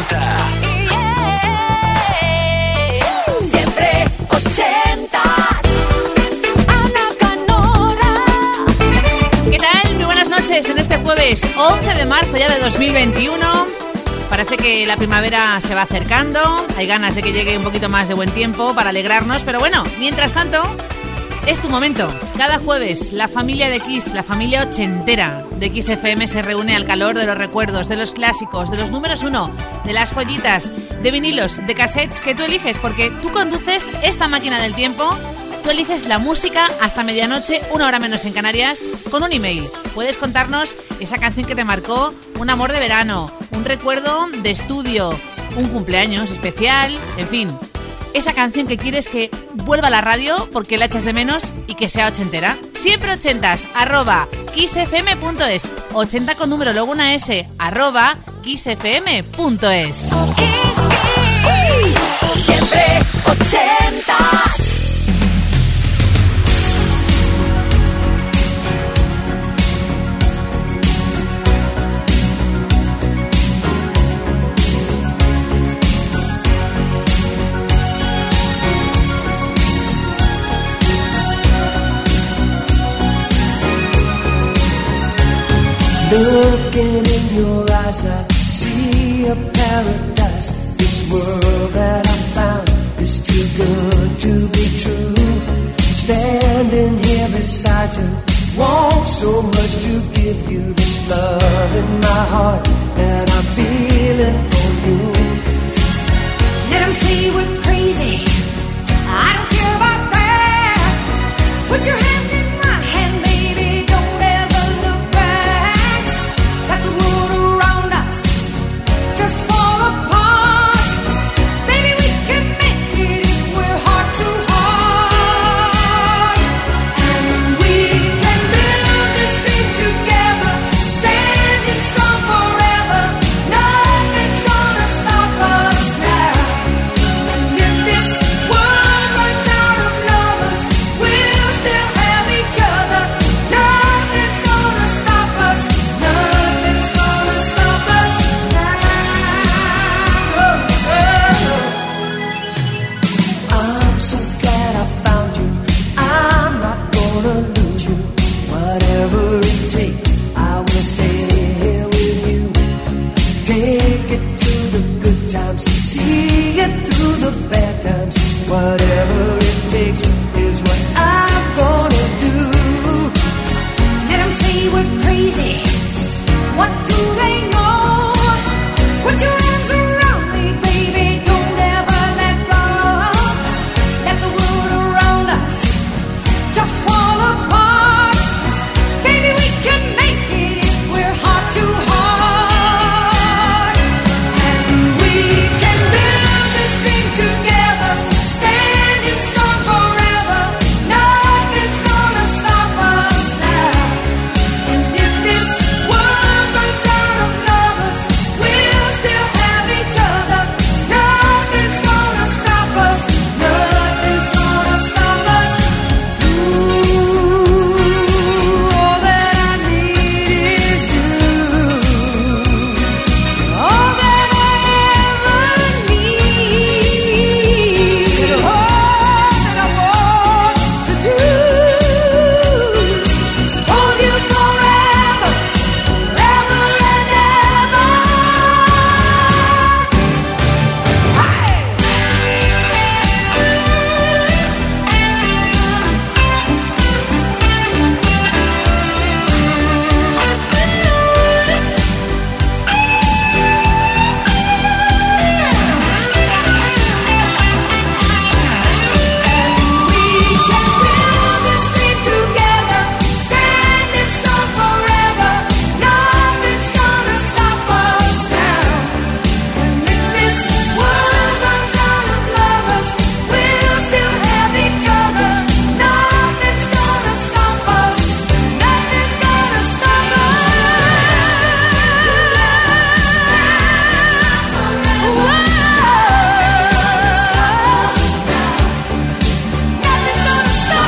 80. Siempre 80. Ana Canora. ¿Qué tal? Muy buenas noches en este jueves 11 de marzo ya de 2021. Parece que la primavera se va acercando. Hay ganas de que llegue un poquito más de buen tiempo para alegrarnos. Pero bueno, mientras tanto, es tu momento. Cada jueves, la familia de Kiss, la familia ochentera de Kiss FM se reúne al calor de los recuerdos, de los clásicos, de los números uno, de las joyitas, de vinilos, de cassettes que tú eliges, porque tú conduces esta máquina del tiempo. Tú eliges la música hasta medianoche, 1 hora menos en Canarias, con un email. Puedes contarnos esa canción que te marcó, un amor de verano, un recuerdo de estudio, un cumpleaños especial, en fin. Esa canción que quieres que vuelva a la radio porque la echas de menos y que sea ochentera. Siempre ochentas, @kissfm.es. 80 con número, luego una S, @kissfm.es. Kiss, Kiss. Siempre 80. Looking in your eyes, I see a paradise. This world that I found is too good to be true. Standing here beside you, want so much to give you this love in my heart that I'm feeling for you. Let them say we're crazy. I don't care about that. Put your hand in my hand, baby. Don't ever look back. Let the world around us just fall apart. Baby, we can make it if we're heart to heart. And we can build this dream together, standing strong forever. Nothing's gonna stop us now. And if this world runs out of lovers, we'll still have each other. Nothing's gonna stop us. Nothing's gonna stop us now. I'm so glad I found you. I'm not gonna lose you. Whatever it takes, I will stay here with you. Take it to the good times, see it through the bad times. Whatever it takes is what I'm gonna do. Let them say we're crazy. What do they know? Put your arms around me, baby. Don't ever let go. Let the world around us just fall apart. Baby, we can make it if we're heart to heart. And we can build this dream together, standing strong forever. Nothing's gonna stop us now. And if this world runs out of lovers, we'll still have each other. Nothing's gonna stop us. Nothing's gonna stop us. Ooh, all that I need is you. All that I ever need. And all that I want to do is hold you forever, forever and ever. We can build this dream together, standing strong forever. Nothing's gonna stop us now. And if this world runs out of lovers, we'll still have each other. Nothing's gonna stop us. Nothing's gonna stop us. Nothing's gonna stop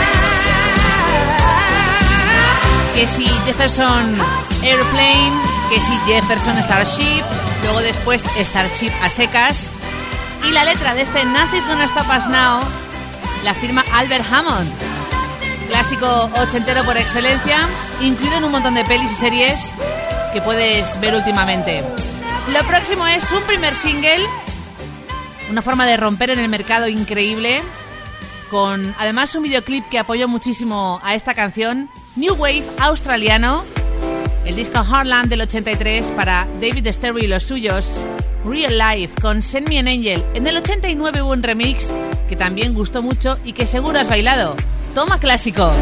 us. Que si Jefferson Airplane, que si Jefferson Starship, luego después Starship a secas. Y la letra de este Nothing's Gonna Stop Us Now la firma Albert Hammond. Clásico ochentero por excelencia, incluido en un montón de pelis y series que puedes ver últimamente. Lo próximo es un primer single, una forma de romper en el mercado increíble, con además un videoclip que apoyó muchísimo a esta canción, New Wave australiano, el disco Heartland del 83 para David Stewart y los suyos, Real Life con Send Me an Angel. En el 89 hubo un remix que también gustó mucho y que seguro has bailado. Toma clásico.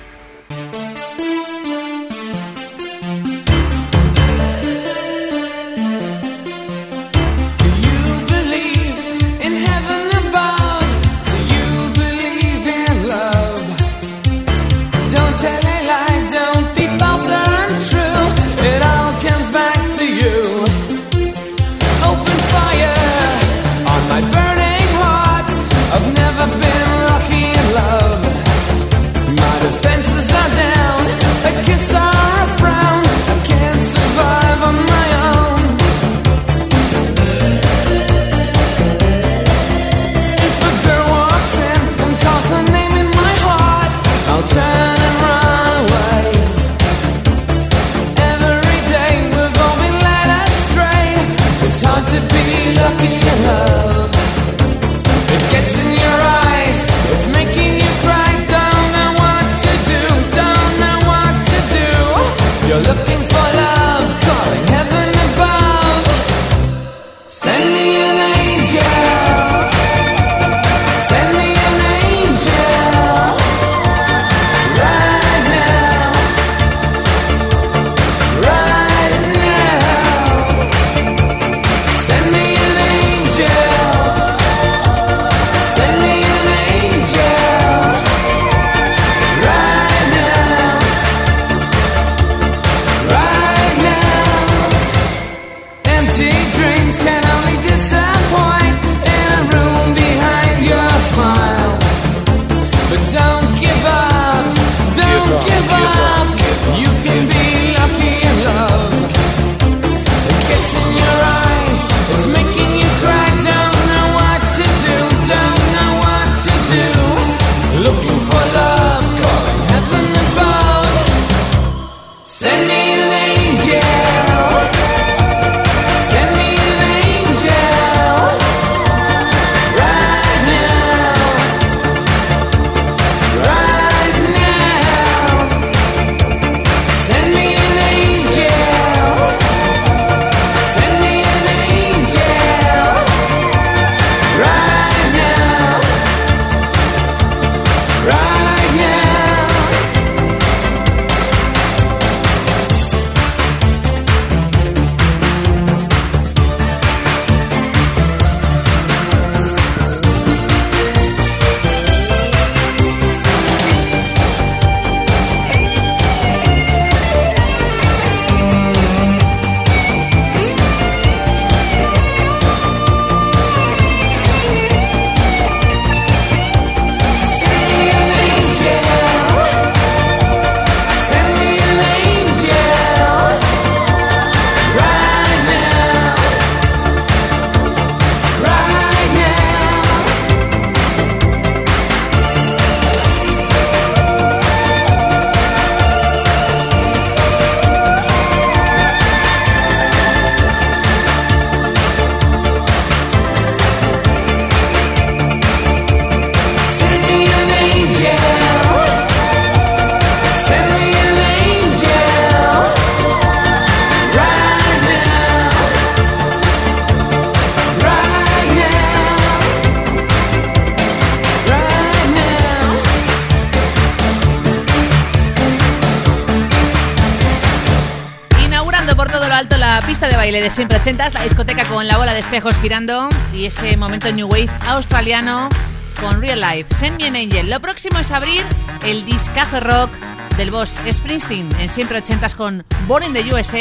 Pista de baile de siempre ochentas, la discoteca con la bola de espejos girando y ese momento New Wave australiano con Real Life, Send Me an Angel. Lo próximo es abrir el discazo rock del boss Springsteen en siempre ochentas con Born in the USA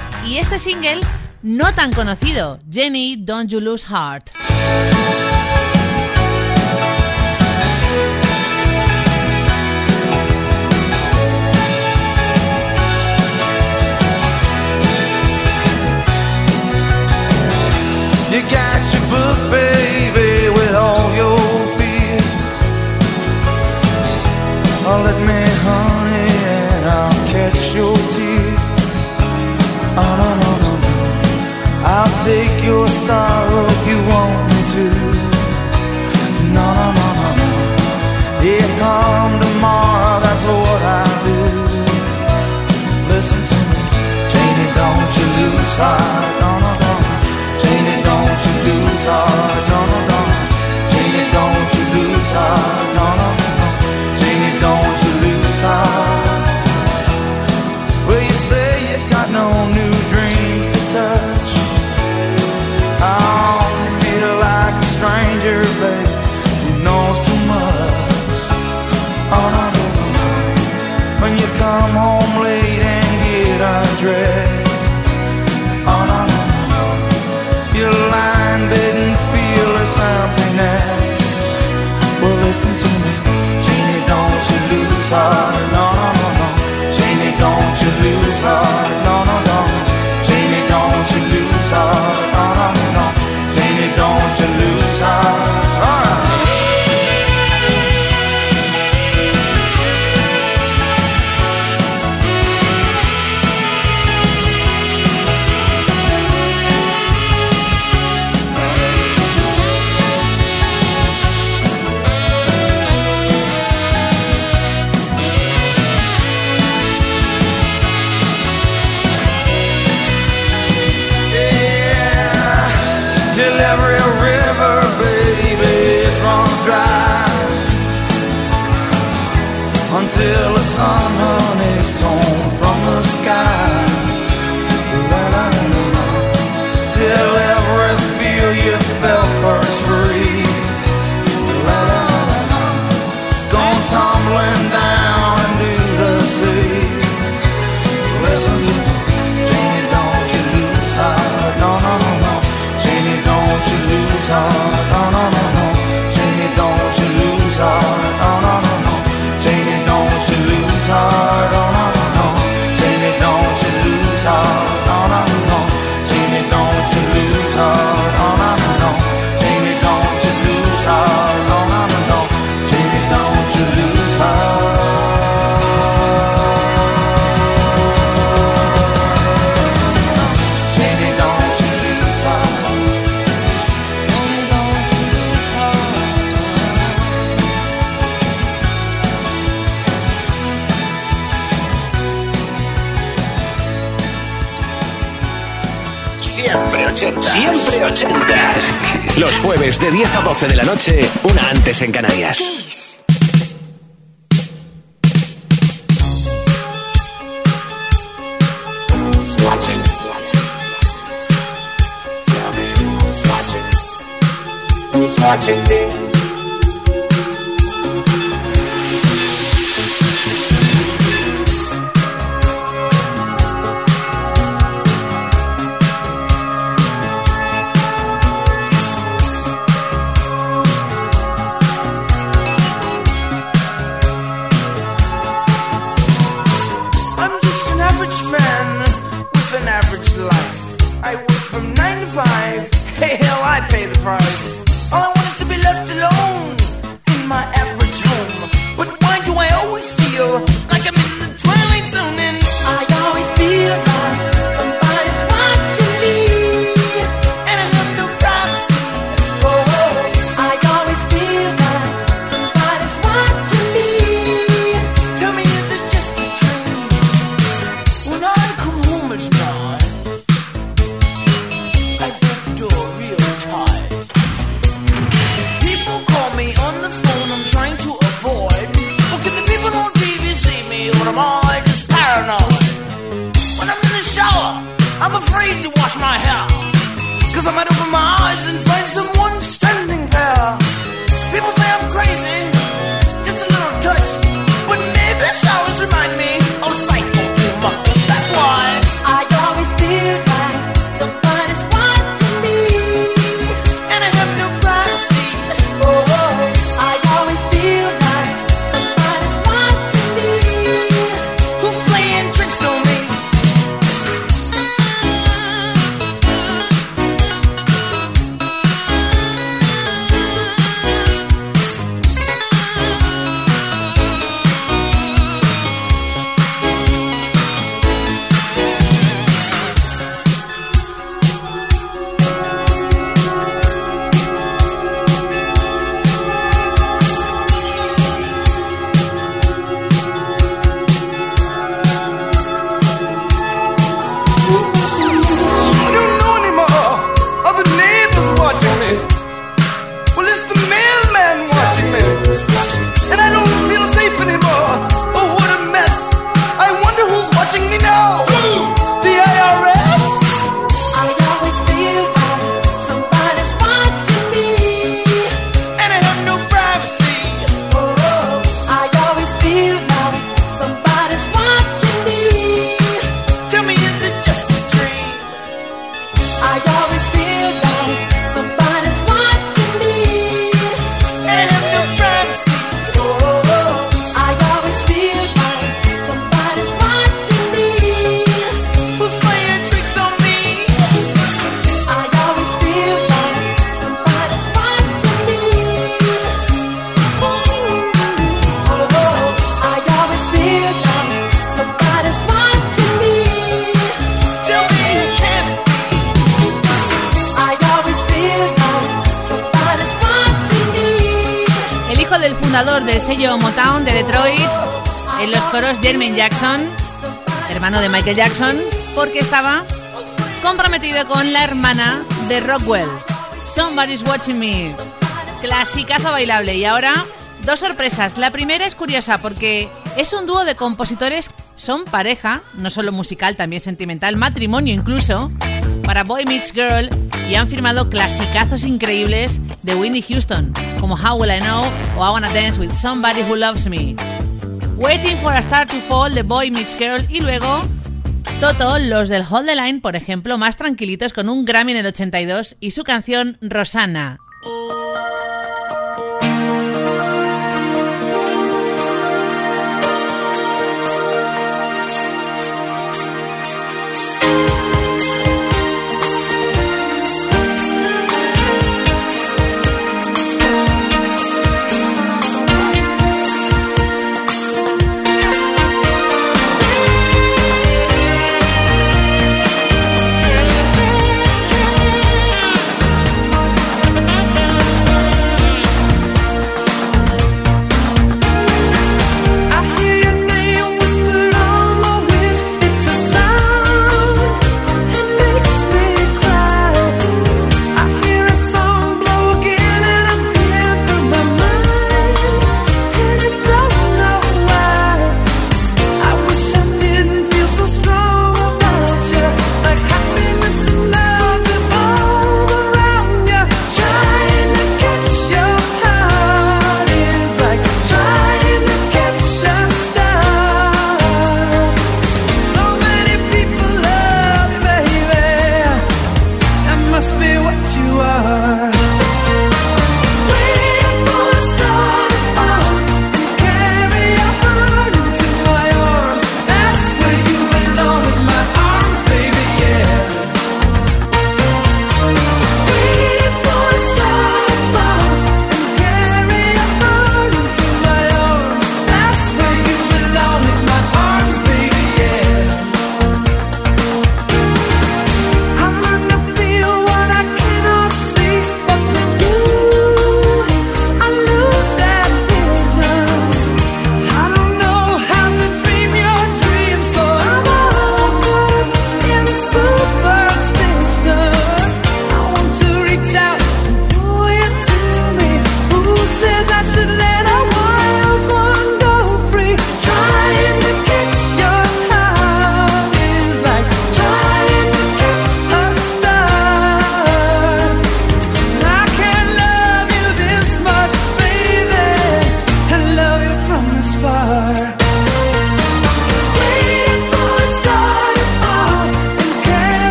y este single no tan conocido, Jenny, Don't You Lose Heart. heart, no, no, no. Janie, don't you lose heart, no, no, no. Janie, don't you lose heart, no, no, no. Janie, don't you lose heart. Well, you say you got no new dreams to touch. Oh, you feel like a stranger, babe, who knows too much. Oh, no, no, no, no. When you come home late and get undressed. Oh, no, no, no. You're lying bed and feel this emptiness. Well, listen to me. Janie, don't you lose heart, no, no, no, no. Janie, don't you lose heart, no, no, no. Janie, don't you lose heart, no, no, no, no. Janie, don't you lose heart. All right. Till every river, baby, it runs dry. Until the sun is torn from the sky. La, la, la, la, la. Till every feel you felt burst free. La, la, la, la. It's gone tumbling down into the sea. Listen to me, Janie, don't you lose heart, no, no, no, no. Janie, don't you lose heart, no, no, no, no. Janie, don't you lose heart, no, no, no, no. Janie, don't you lose heart, no, no, no, no. Janie, don't you lose heart, no, no, no, no. Janie, don't you lose heart, no, no, no, no. Janie, don't you lose heart, no, no, no, no. Janie, don't you lose heart. Janie, don't you lose heart. Janie, don't you lose heart. Siempre 80. Siempre 80. Los jueves de 10 a 12 de la noche, una antes en Canarias. I'm just an average man with an average life. I work from 9 to 5. Hey, hell, I pay the price. All I want is to be left alone in my average home. But why do I always feel like I'm in the twilight zone? And I always feel like somebody's watching me, I have no privacy. oh, I always feel like somebody's watching me. Tell me, is it just a dream? When I come home at night, I break the door real tight. People call me on the phone, I'm trying to avoid. Well, can the people on TV see me, or am I just paranoid? When I'm in the shower, I'm afraid to wash my hair, 'cause I might open my eyes and find someone standing there. People say I'm crazy, just a little touch, but maybe showers remind me of psycho too much. That's why I always feel like somebody's watching me, and I have no privacy. oh, I always feel like somebody's watching me. Who's playing tricks on me? del fundador del sello Motown de Detroit, en los coros Jermaine Jackson, hermano de Michael Jackson, porque estaba comprometido con la hermana de Rockwell. Somebody's Watching Me, clasicazo bailable. Y ahora, dos sorpresas. La primera es curiosa porque es un dúo de compositores, son pareja, no solo musical, también sentimental, matrimonio incluso, para Boy Meets Girl, y han firmado clasicazos increíbles de Whitney Houston, como How Will I Know o I Wanna Dance With Somebody Who Loves Me. Waiting for a Star to Fall de Boy Meets Girl, y luego Toto, los del Hold the Line, por ejemplo, más tranquilitos, con un Grammy en el 82 y su canción Rosanna.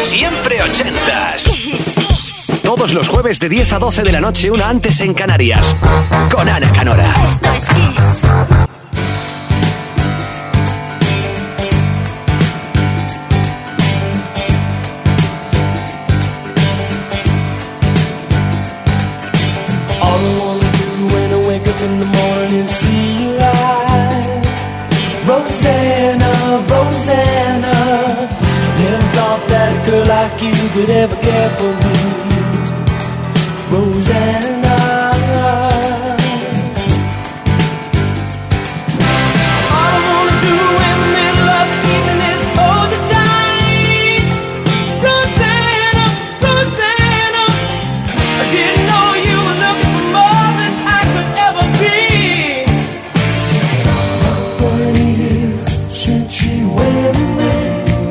Siempre ochentas. Todos los jueves de 10 a 12 de la noche, una antes en Canarias. Con Ana Canora. Esto es Kiss. In the morning, see you live. Rosanna, Rosanna. Never thought that a girl like you could ever care for me. Rosanna. All I wanna do in the middle of the evening is hold you tight. Rosanna, Rosanna. I didn't know you were looking for more than I could ever be. Funny years since you went away,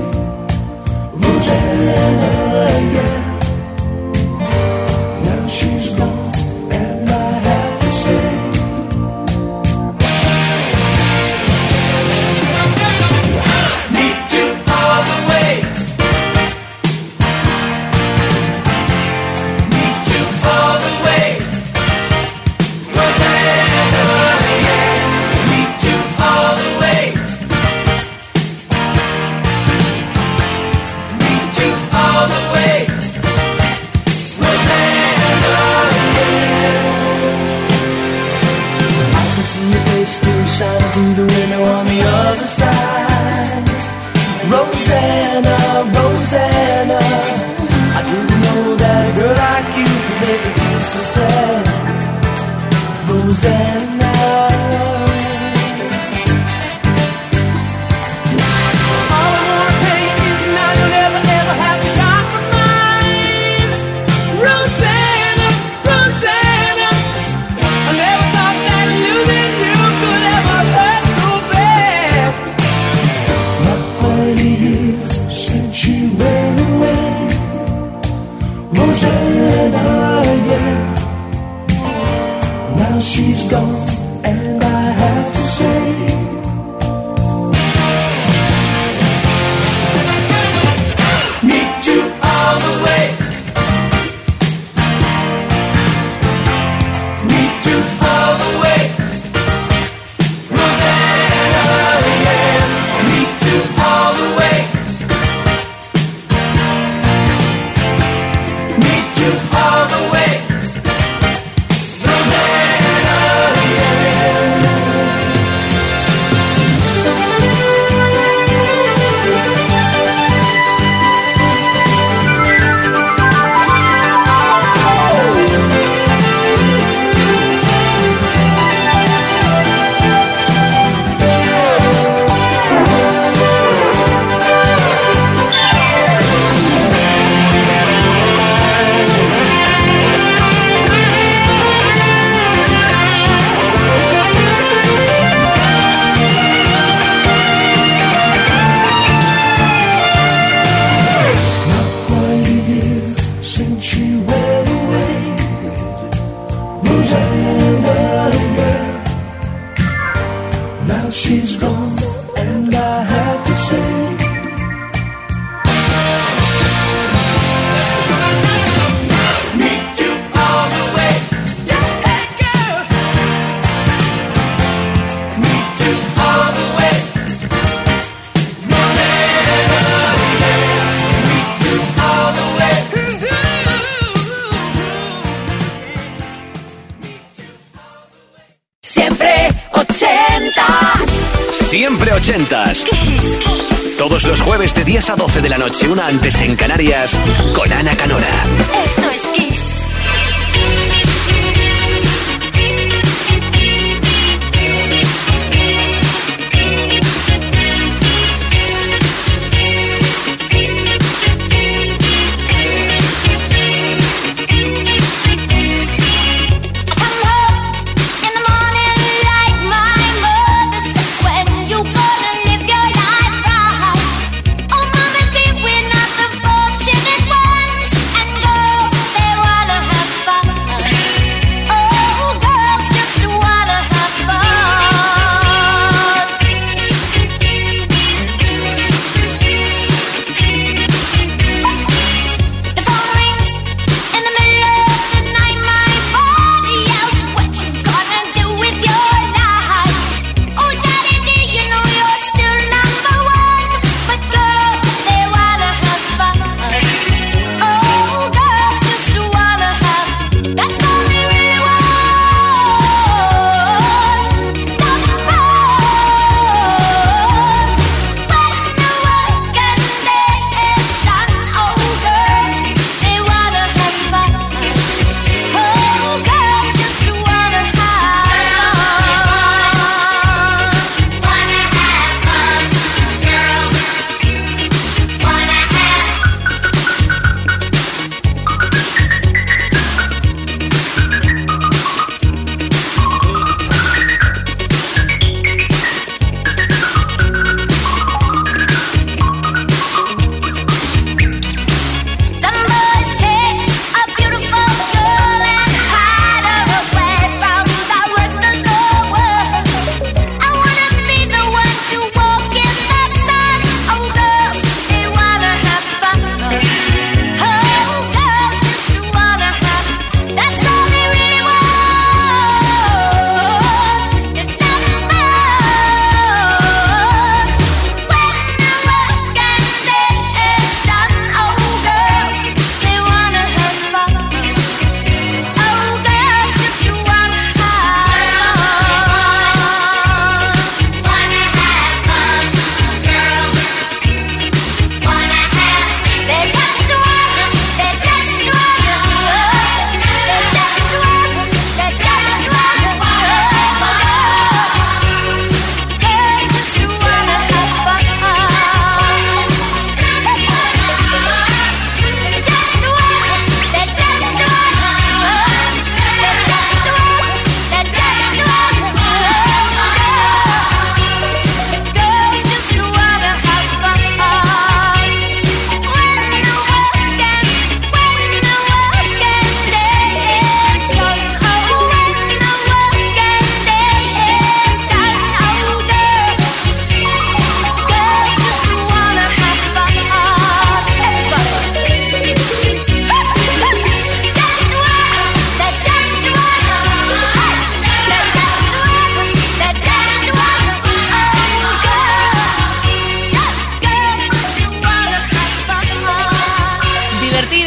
Rosanna, yeah. Now she's gone and I have to say, need you all the way. Need you all the way. Rosanna, yeah. Need you all the way. Need you all the way. Rosanna, yeah. I can see your face still shining through the window on the other side. Rosanna, Rosanna. I didn't know that a girl like you could make me feel so sad. Rosanna. All I wanna tell you is now you'll never ever have to compromise. Rosanna, Rosanna. I never thought that losing you could ever hurt so bad. Not quite a year since you went away. Rosanna, yeah. Now she's gone and I have to say, need you all the way. Need you all the way. Rosanna, yeah. Need you all the way. Need you all the way. Rosanna, yeah. Not quite a year since you went away. Rosanna, yeah. Now she's gone and I have to say, need you all the way. Hey, girl. Need you all the way. Rosanna, yeah. Need you all the way. Siempre ochentas. Siempre ochentas. Kiss. Todos los jueves de 10 a 12 de la noche, una antes en Canarias. Con Ana Canora. Esto es Kiss. Come home in the morning like my mother says. When you gonna live your life right? Oh, mama, dear, we're not the fortunate ones. And girls, they wanna have fun.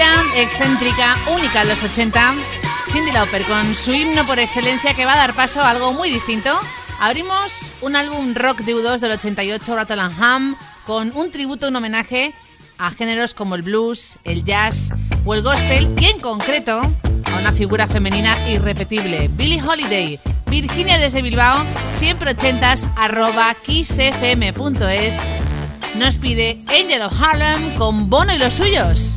Divertida, excéntrica, única en los 80, Cyndi Lauper con su himno por excelencia que va a dar paso a algo muy distinto. Abrimos un álbum rock de U2 del 88, Rattle and Hum, con un tributo, un homenaje a géneros como el blues, el jazz o el gospel, y en concreto a una figura femenina irrepetible, Billie Holiday. Virginia desde Bilbao, siempre 80s, @kissfm.es, nos pide Angel of Harlem con Bono y los suyos.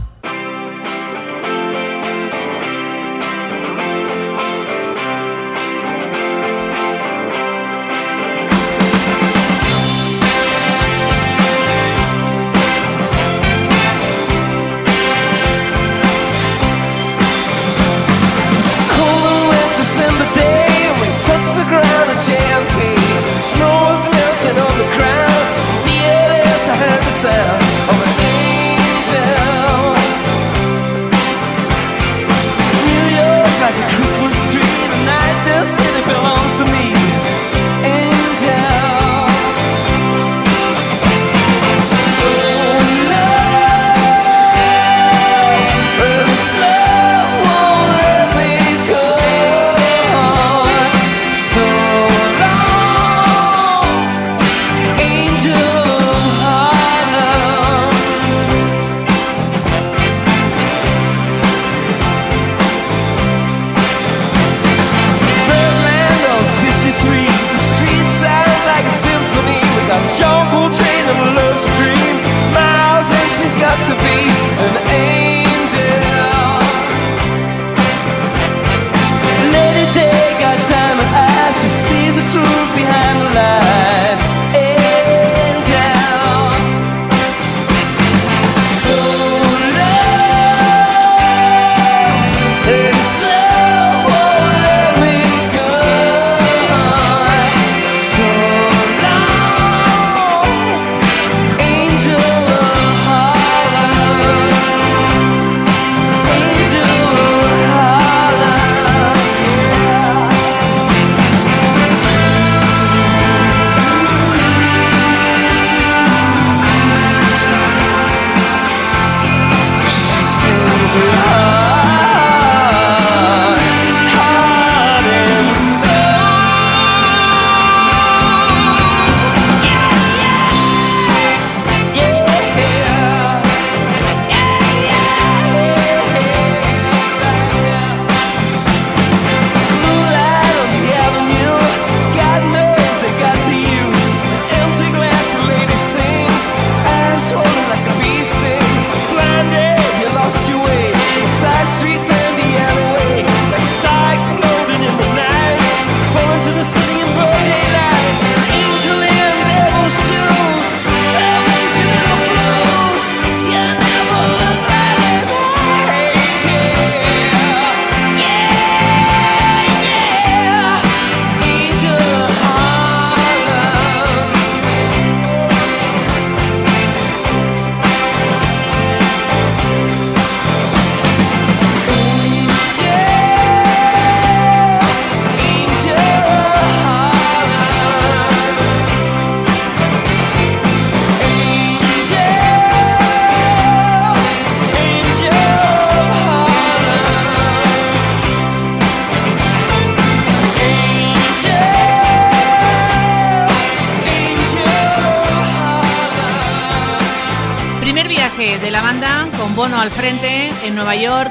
De la banda con Bono al frente en Nueva York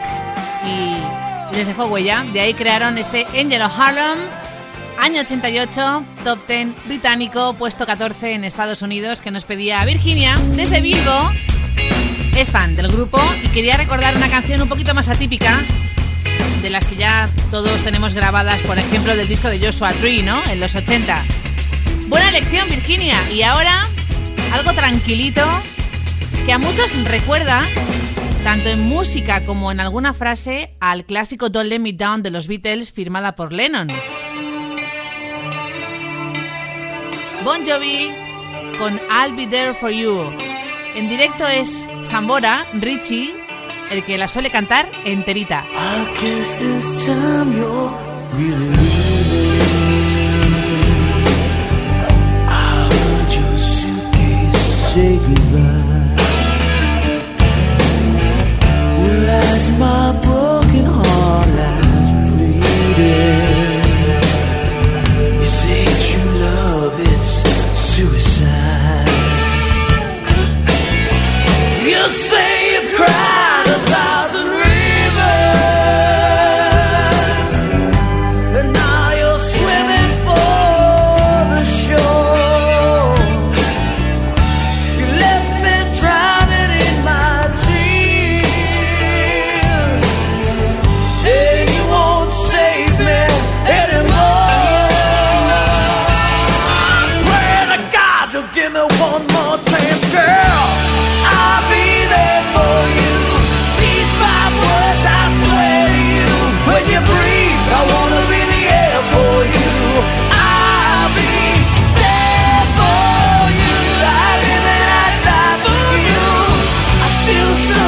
y les dejó huella. De ahí crearon este Angel of Harlem, año 88, top 10 británico, puesto 14 en Estados Unidos, que nos pedía Virginia desde Bilbo. Es fan del grupo y quería recordar una canción un poquito más atípica, de las que ya todos tenemos grabadas, por ejemplo del disco de Joshua Tree, ¿no? En los 80. Buena elección, Virginia. Y ahora algo tranquilito que a muchos recuerda, tanto en música como en alguna frase, al clásico Don't Let Me Down de los Beatles, firmada por Lennon. Bon Jovi con I'll Be There For You. En directo es Sambora, Richie, el que la suele cantar enterita. I guess this time you're really leaving. I heard your suitcase say goodbye. Will I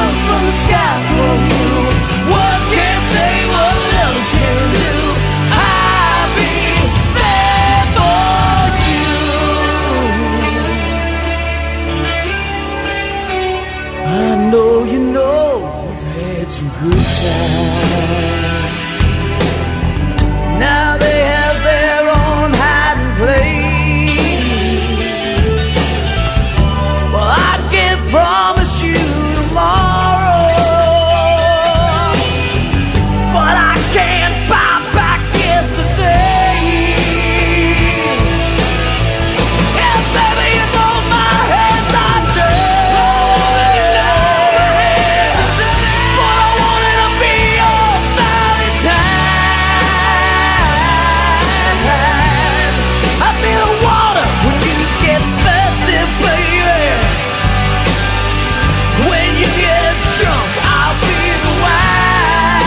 sun from the sky for you. Words can't say what love can do. I'll be there for you. I know you know we've had some good times. Now they have their own hiding place. Well, I can't promise you tomorrow, but I can buy back yesterday. Yeah, baby, you know my hands are dirty, but I wanted to be your Valentine. I'll be the water when you get thirsty, baby. When you get drunk, I'll be the wine.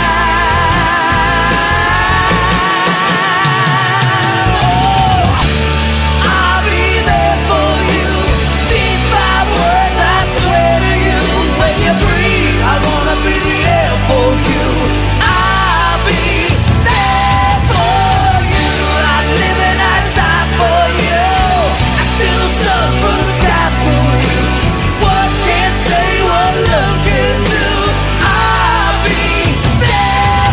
Oh, I'll be there for you. These 5 words I swear to you. When you breathe, I wanna be the air for you. I'll be there for you. I live and I die for you. I feel the sun from the sky for you. Words can't say what love can do. I'll be there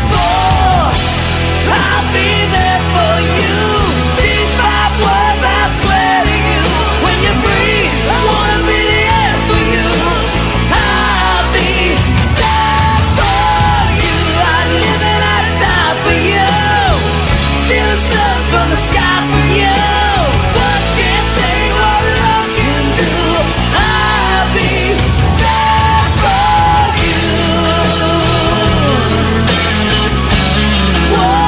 for you. These 5 words I swear to you. When you breathe, I wanna be the air for you. I'll be there for you. I live and I die for you. Still the sun from the sky for you. Words can't say what love can do. I'll be there for you. Whoa, whoa,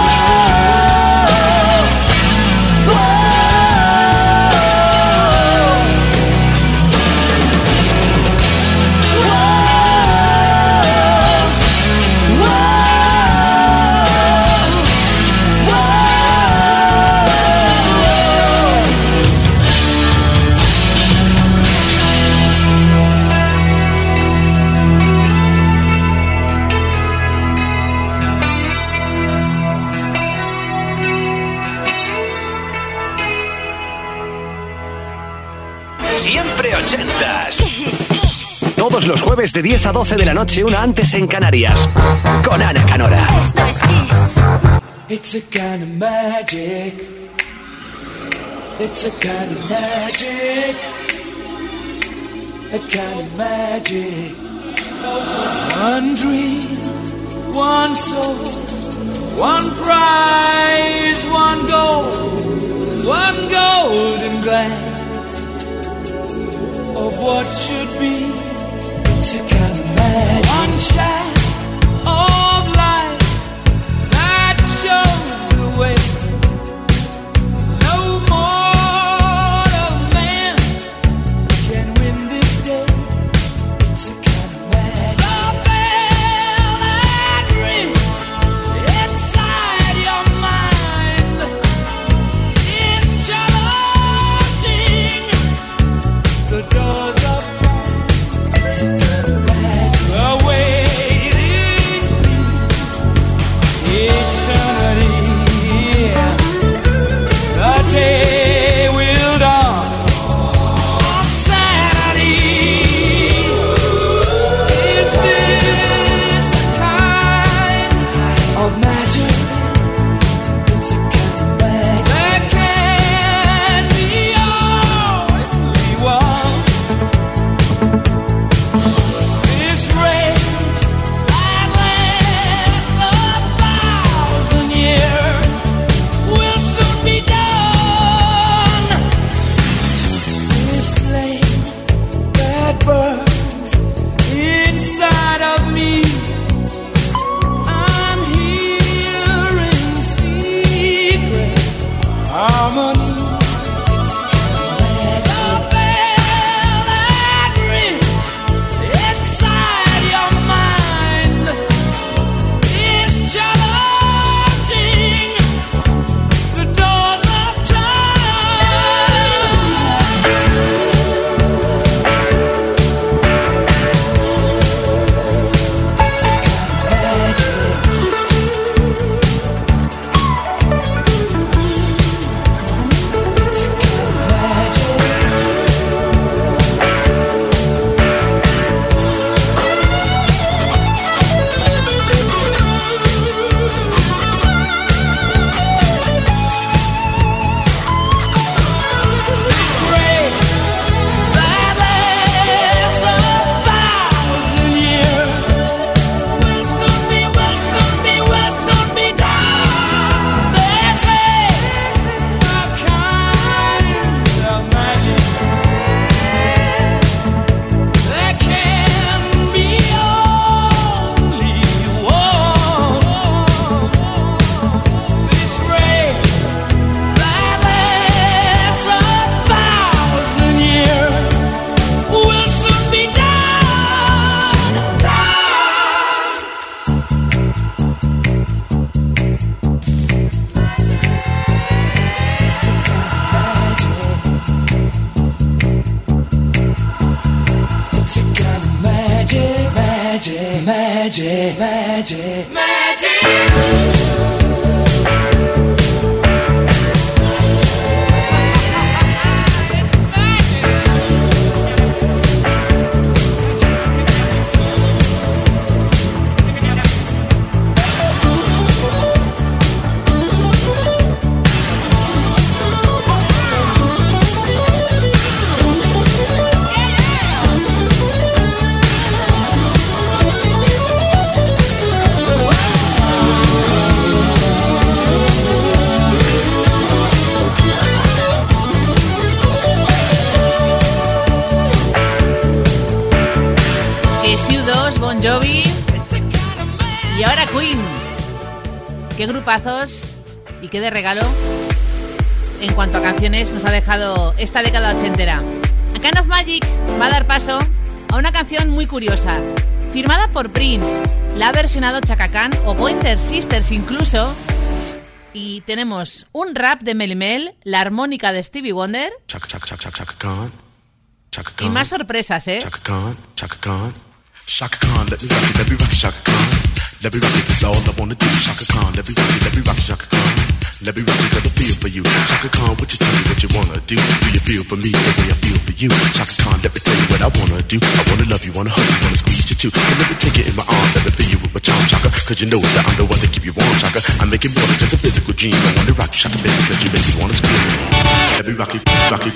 Siempre ochentas. Todos los jueves de 10 a 12 de la noche, una antes en Canarias. Con Ana Canora. Esto es Kiss. It's a kind of magic. It's a kind of magic. A kind of magic. One dream, one soul, one prize, one golden glance of what should be. It's a kind of magic. One shaft of light that shows the way. No mortal man can win this day. It's a kind of magic. The bell that rings inside your mind is challenging the doors of time. It's a kind of magic. The Magic, magic, magic, magic. Bon Jovi y ahora Queen. Qué grupazos y qué de regalo en cuanto a canciones nos ha dejado esta década ochentera. A Kind of Magic va a dar paso a una canción muy curiosa, firmada por Prince. La ha versionado Chaka Khan o Pointer Sisters incluso. Y tenemos un rap de Melle Mel, la armónica de Stevie Wonder y más sorpresas, ¿eh? Chaka Khan, let me rock it, Chaka Khan. Let me rock it, that's all I wanna do, Chaka Khan. Let me rock it, Chaka Khan. Let me rock it, got a feel for you, Chaka Khan. What you tell me what you wanna do? Do you feel for me the way I feel for you, Chaka Khan? Let me tell you what I wanna do. I wanna love you, wanna hug you, wanna squeeze you too. And let me take it in my arms, let me feel you with my charm, Chaka. Cause you know that I'm the one to keep you warm, Chaka. I make it more than just a physical dream. I wanna rock you, Chaka, baby, cause you make me wanna scream. Let me rock it, rock it.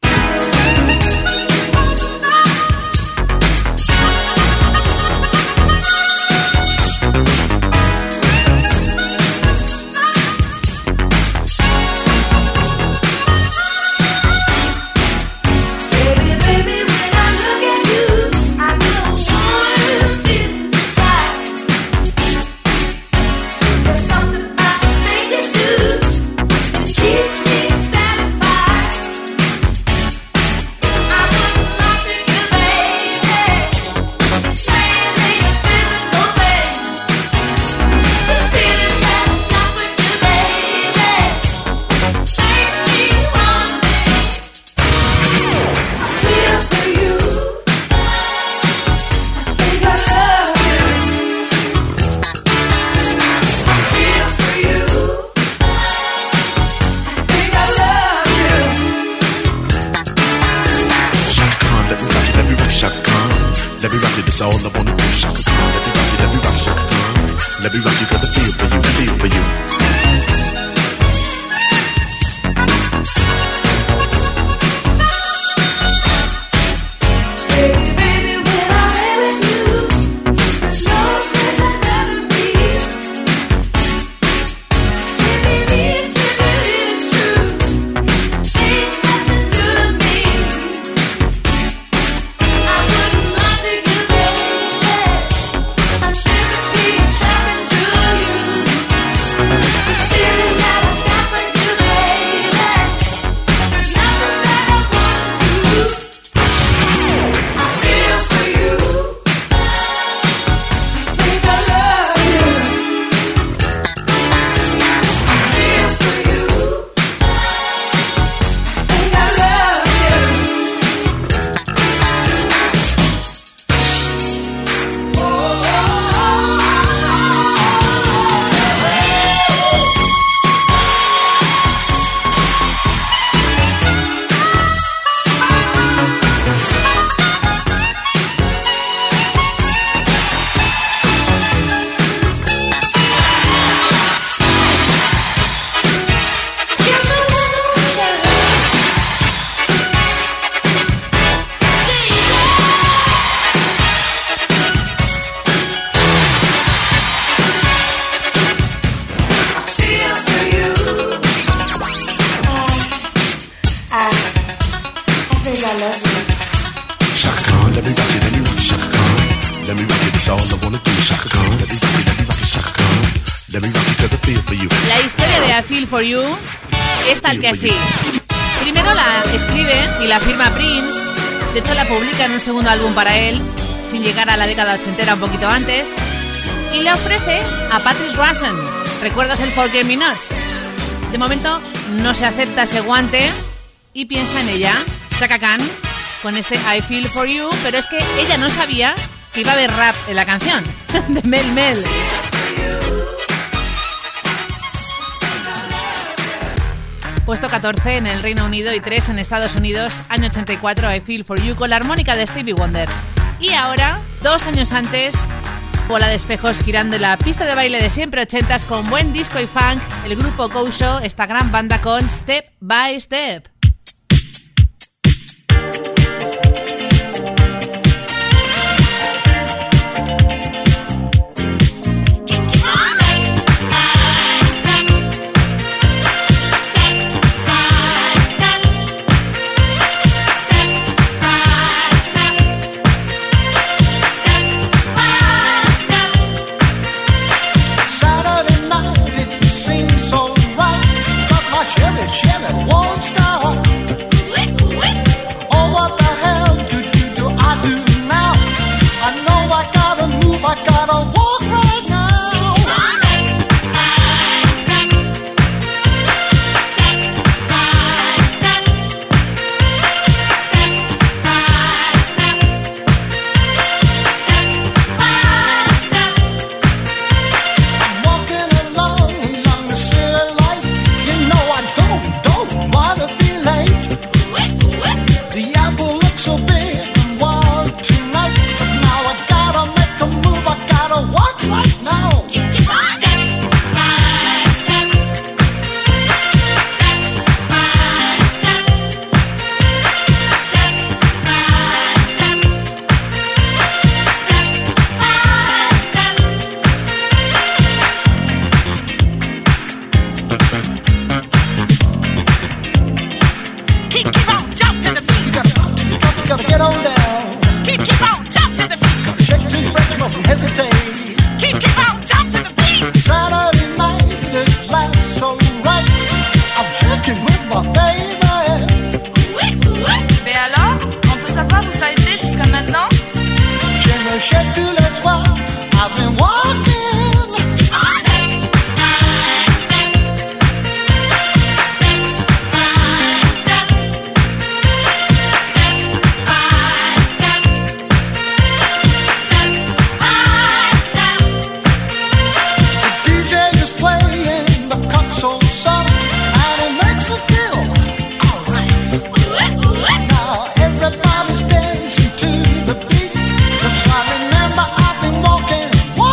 That's all I wanna do, Chaka Khan. Let me rock it, Chaka Khan. Let me rock it, got the feel for you, feel for you. La historia de I Feel For You es tal que así. Primero la escribe y la firma Prince. De hecho la publica en un segundo álbum para él, sin llegar a la década ochentera, un poquito antes. Y le ofrece a Patrice Rushen. ¿Recuerdas el Forget Me Nots? De momento no se acepta ese guante y piensa en ella, Chaka Khan, con este I Feel For You. Pero es que ella no sabía que iba a haber rap en la canción de Mel Mel. Puesto 14 en el Reino Unido y 3 en Estados Unidos, año 84, I Feel For You, con la armónica de Stevie Wonder. Y ahora, 2 años antes, bola de espejos girando en la pista de baile de siempre 80s con buen disco y funk, el grupo Kosho, esta gran banda con Step by Step. Chevy won't stop. Oh, what the hell do I do now? I know I gotta move, I gotta walk right now. Step by step, step by step, step by step, step by step. I'm walking along the city light. You know I don't wanna be late. The apple looks so big and wild tonight, but now I gotta make a move. I gotta walk right now. Step by step, step by step, step by step, step by step. Keep on, jump to the beat. You gotta get on down. Keep on, jump to the beat. Gotta shake till you break, you mustn't hesitate. Keep on, jump to the beat. Saturday night, it lasts so right. I'm shaking with my baby. Mais alors, on peut savoir où t'as été jusqu'à maintenant? Je me jette tous les soirs. I've been walking. Everybody's dancing to the beat. 'Cause I remember I've been walking.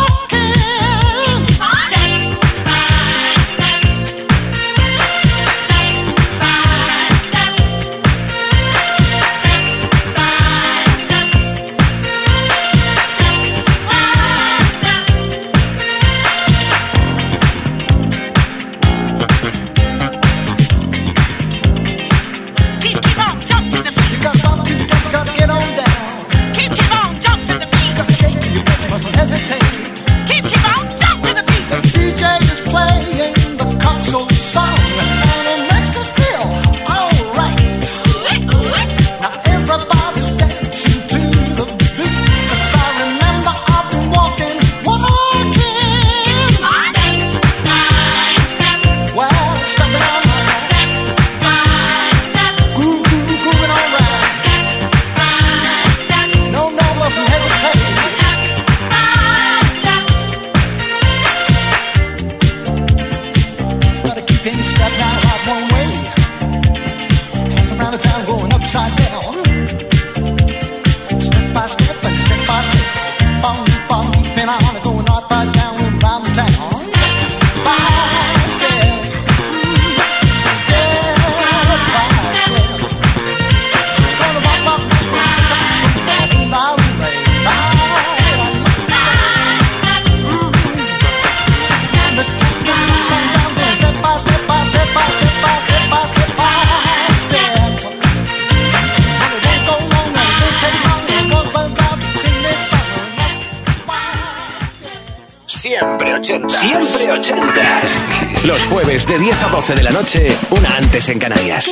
Siempre 80. Siempre 80. Los jueves de 10 a 12 de la noche, una antes en Canarias.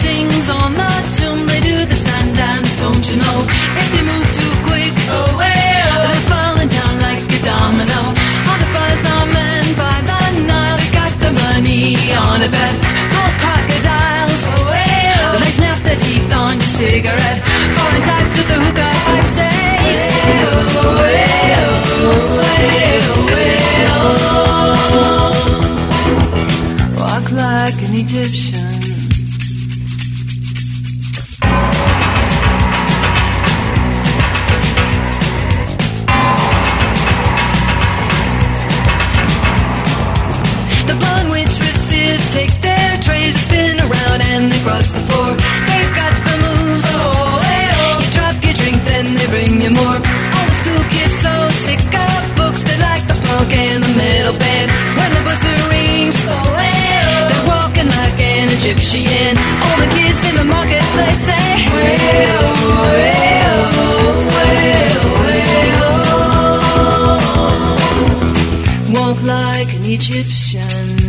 Don't you know, if they move too quick, away. Egyptian.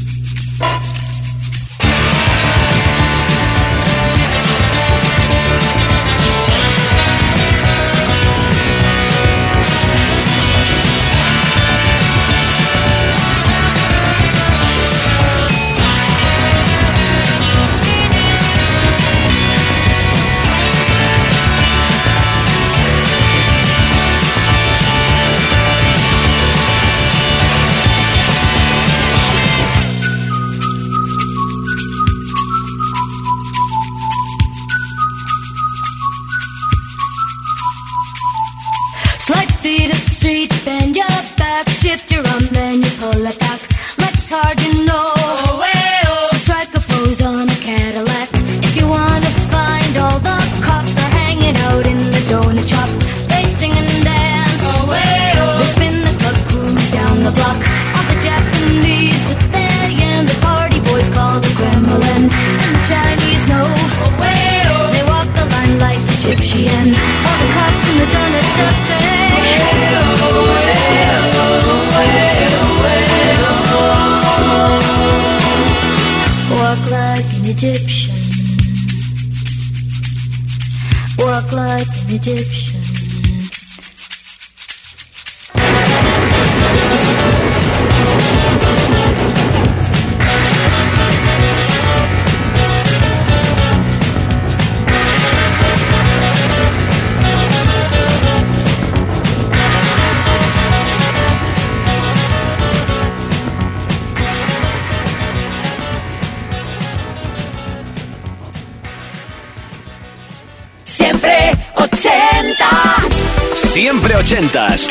Siempre ochentas.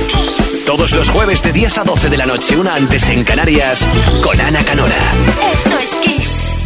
Todos los jueves de 10 a 12 de la noche, una antes en Canarias, con Ana Canora. Esto es Kiss.